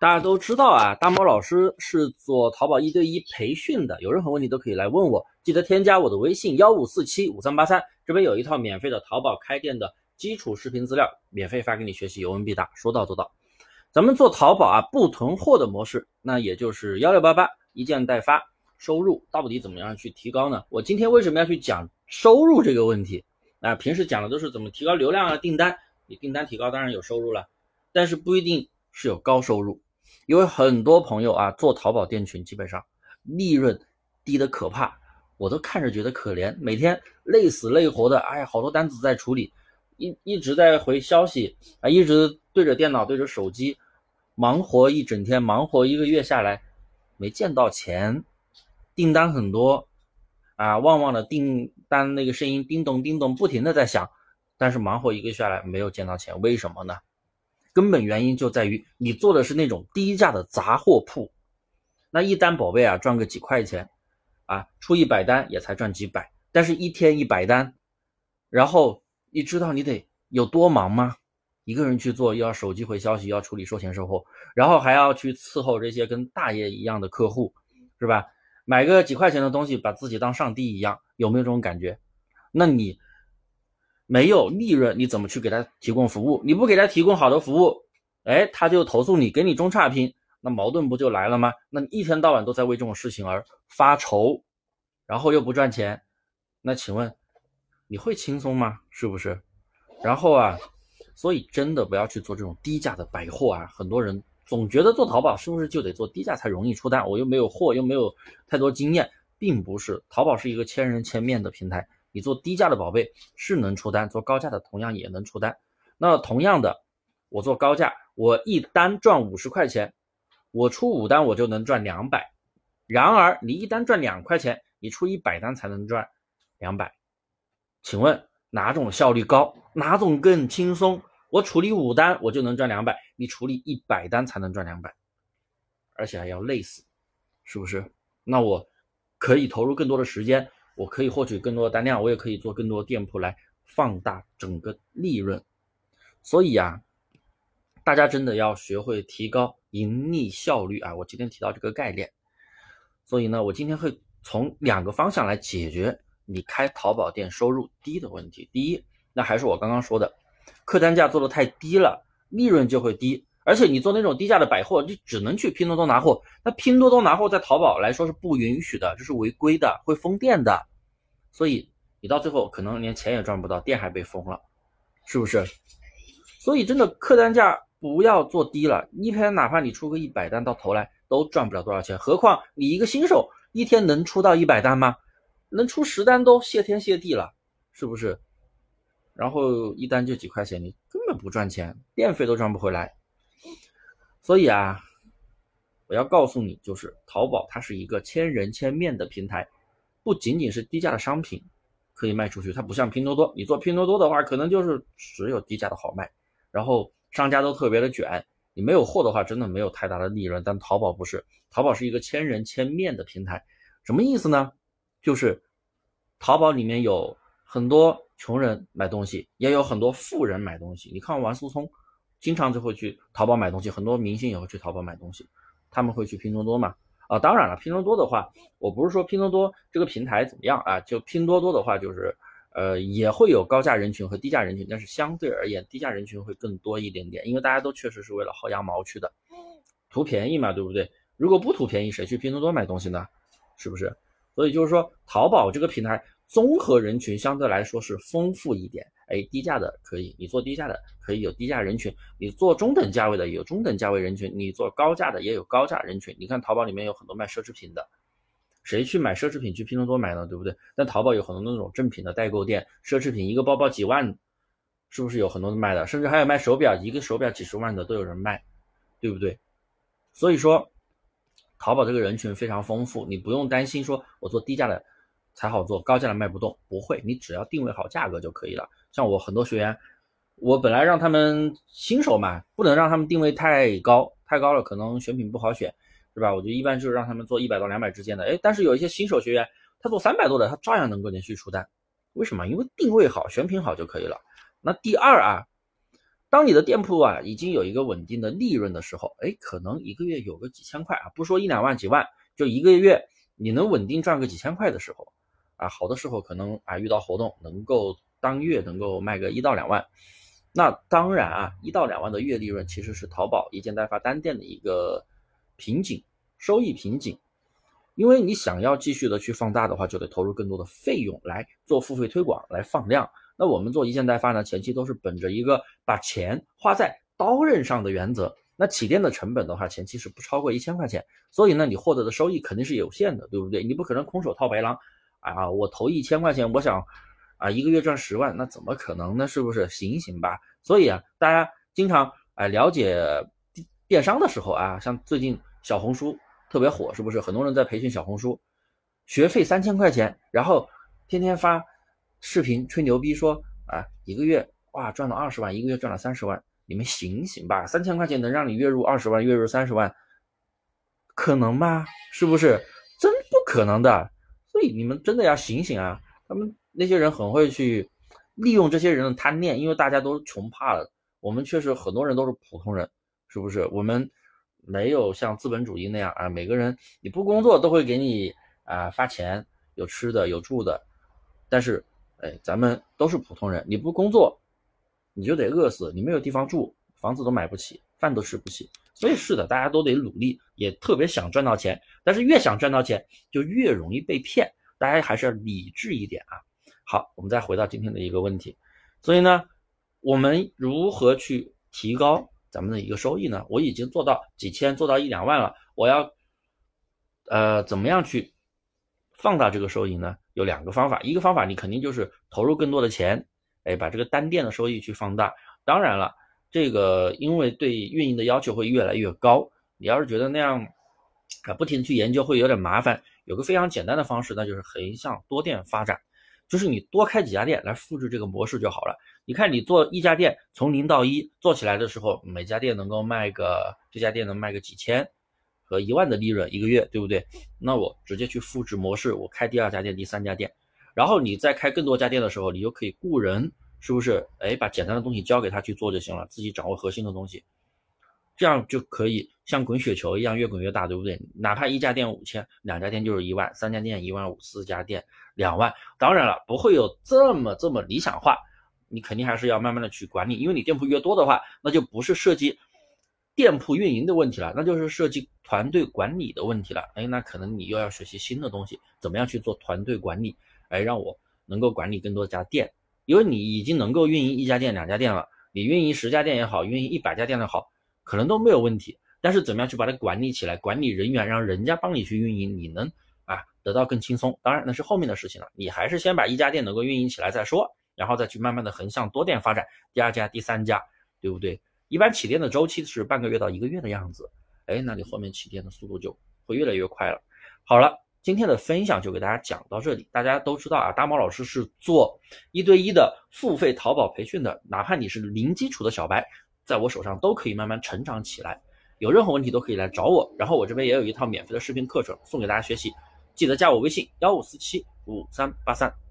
大家都知道啊，大猫老师是做淘宝1对1培训的，有任何问题都可以来问我，记得添加我的微信15475383，这边有一套免费的淘宝开店的基础视频资料，免费发给你学习，有问必答，说到做到。咱们做淘宝啊，不囤货的模式，那也就是1688一件代发，收入到底怎么样去提高呢？我今天为什么要去讲收入这个问题？平时讲的都是怎么提高流量啊，订单，你订单提高当然有收入了，但是不一定是有高收入。因为很多朋友啊做淘宝店群基本上利润低得可怕，我都看着觉得可怜，每天累死累活的，好多单子在处理，一直在回消息啊，一直对着电脑对着手机忙活一整天，忙活1个月下来没见到钱，订单很多啊，旺旺的订单那个声音叮咚叮咚不停的在响，但是忙活1个月下来没有见到钱，为什么呢？根本原因就在于你做的是那种低价的杂货铺，那一单宝贝啊赚个几块钱啊，出100单也才赚几百，但是一天100单，然后你知道你得有多忙吗？一个人去做，又要手机回消息，又要处理收钱售后，然后还要去伺候这些跟大爷一样的客户，是吧？买个几块钱的东西把自己当上帝一样，有没有这种感觉？那你没有利润，你怎么去给他提供服务？你不给他提供好的服务，他就投诉你，给你中差评，那矛盾不就来了吗？那你一天到晚都在为这种事情而发愁，然后又不赚钱，那请问你会轻松吗？是不是？然后所以真的不要去做这种低价的百货啊！很多人总觉得做淘宝是不是就得做低价才容易出单？我又没有货，又没有太多经验，并不是。淘宝是一个千人千面的平台。你做低价的宝贝是能出单，做高价的同样也能出单。那同样的，我做高价，我一单赚50块钱，我出5单我就能赚200。然而你一单赚2块钱，你出100单才能赚200。请问哪种效率高？哪种更轻松？我处理5单我就能赚200，你处理100单才能赚200，而且还要累死，是不是？那我可以投入更多的时间，我可以获取更多的单量，我也可以做更多的店铺来放大整个利润。所以大家真的要学会提高盈利效率啊！我今天提到这个概念，所以呢，我今天会从2个方向来解决你开淘宝店收入低的问题。第一，那还是我刚刚说的，客单价做得太低了，利润就会低。而且你做那种低价的百货，你只能去拼多多拿货，那拼多多拿货在淘宝来说是不允许的，这是违规的，会封店的。所以你到最后可能连钱也赚不到，店还被封了，是不是？所以真的客单价不要做低了，一天哪怕你出个100单，到头来都赚不了多少钱，何况你一个新手一天能出到100单吗？能出10单都谢天谢地了，是不是？然后一单就几块钱，你根本不赚钱，电费都赚不回来。所以我要告诉你，就是淘宝它是一个千人千面的平台，不仅仅是低价的商品可以卖出去，它不像拼多多，你做拼多多的话可能就是只有低价的好卖，然后商家都特别的卷，你没有货的话真的没有太大的利润。但淘宝不是，淘宝是一个千人千面的平台。什么意思呢？就是淘宝里面有很多穷人买东西，也有很多富人买东西。你看王思聪经常就会去淘宝买东西，很多明星也会去淘宝买东西，他们会去拼多多嘛？当然了，拼多多的话，我不是说拼多多这个平台怎么样就拼多多的话，就是也会有高价人群和低价人群，但是相对而言低价人群会更多一点点，因为大家都确实是为了薅羊毛去的，图便宜嘛，对不对？如果不图便宜，谁去拼多多买东西呢？是不是？所以就是说淘宝这个平台综合人群相对来说是丰富一点，低价的可以，你做低价的可以有低价人群，你做中等价位的也有中等价位人群，你做高价的也有高价人群。你看淘宝里面有很多卖奢侈品的，谁去买奢侈品去拼多多买呢？对不对？但淘宝有很多那种正品的代购店，奢侈品一个包包几万，是不是有很多人卖的？甚至还有卖手表，一个手表几十万的都有人卖，对不对？所以说淘宝这个人群非常丰富，你不用担心说我做低价的才好做，高价的卖不动，不会，你只要定位好价格就可以了。像我很多学员，我本来让他们新手嘛，不能让他们定位太高，太高了可能选品不好选，是吧？我就一般就是让他们做100到200之间的，但是有一些新手学员，他做300多的，他照样能够连续出单，为什么？因为定位好，选品好就可以了。那第二当你的店铺啊已经有一个稳定的利润的时候，可能一个月有个几千块啊，不说一两万几万，就一个月你能稳定赚个几千块的时候啊，好的时候可能啊遇到活动能够当月能够卖个1到2万。那当然啊，1到2万的月利润其实是淘宝一件代发单店的一个瓶颈，收益瓶颈。因为你想要继续的去放大的话，就得投入更多的费用来做付费推广，来放量。那我们做一件代发呢，前期都是本着一个把钱花在刀刃上的原则。那起店的成本的话，前期是不超过1000块钱，所以呢，你获得的收益肯定是有限的，对不对？你不可能空手套白狼啊！我投1000块钱，我想啊一个月赚10万，那怎么可能呢？是不是？醒醒吧！所以啊，大家经常了解电商的时候啊，像最近小红书特别火，是不是？很多人在培训小红书，学费3000块钱，然后天天发视频吹牛逼说啊，一个月哇赚了20万，一个月赚了30万，你们醒醒吧！3000块钱能让你月入20万，月入30万，可能吗？是不是？真不可能的。所以你们真的要醒醒啊！他们那些人很会去利用这些人的贪念，因为大家都穷怕了。我们确实很多人都是普通人，是不是？我们没有像资本主义那样啊，每个人你不工作都会给你发钱，有吃的有住的。但是咱们都是普通人，你不工作你就得饿死，你没有地方住，房子都买不起，饭都吃不起。所以是的，大家都得努力，也特别想赚到钱，但是越想赚到钱就越容易被骗，大家还是要理智一点啊。好，我们再回到今天的一个问题，所以呢，我们如何去提高咱们的一个收益呢？我已经做到几千，做到1、2万了，我要怎么样去放大这个收益呢？有2个方法，一个方法你肯定就是投入更多的钱，把这个单店的收益去放大。当然了，这个因为对运营的要求会越来越高，你要是觉得那样不停地去研究会有点麻烦，有个非常简单的方式，那就是横向多店发展，就是你多开几家店来复制这个模式就好了。你看你做一家店从0到1做起来的时候，每家店能够这家店能卖个几千和1万的利润一个月，对不对？那我直接去复制模式，我开第2家店、第3家店，然后你再开更多家店的时候，你就可以雇人，是不是？把简单的东西交给他去做就行了，自己掌握核心的东西，这样就可以像滚雪球一样越滚越大，对不对？哪怕一家店5000，两家店就是1万，3家店1万5，四家店2万。当然了，不会有这么理想化，你肯定还是要慢慢的去管理，因为你店铺越多的话，那就不是涉及店铺运营的问题了，那就是涉及团队管理的问题了。那可能你又要学习新的东西，怎么样去做团队管理，让我能够管理更多家店。因为你已经能够运营1家店、2家店了，你运营10家店也好，运营100家店也好，可能都没有问题。但是怎么样去把它管理起来，管理人员，让人家帮你去运营，你能得到更轻松。当然那是后面的事情了，你还是先把1家店能够运营起来再说，然后再去慢慢的横向多店发展，第2家、第3家，对不对？一般起店的周期是半个月到1个月的样子，那你后面起店的速度就会越来越快了。好了，今天的分享就给大家讲到这里。大家都知道大猫老师是做1对1的付费淘宝培训的，哪怕你是零基础的小白，在我手上都可以慢慢成长起来。有任何问题都可以来找我，然后我这边也有一套免费的视频课程送给大家学习，记得加我微信15475383。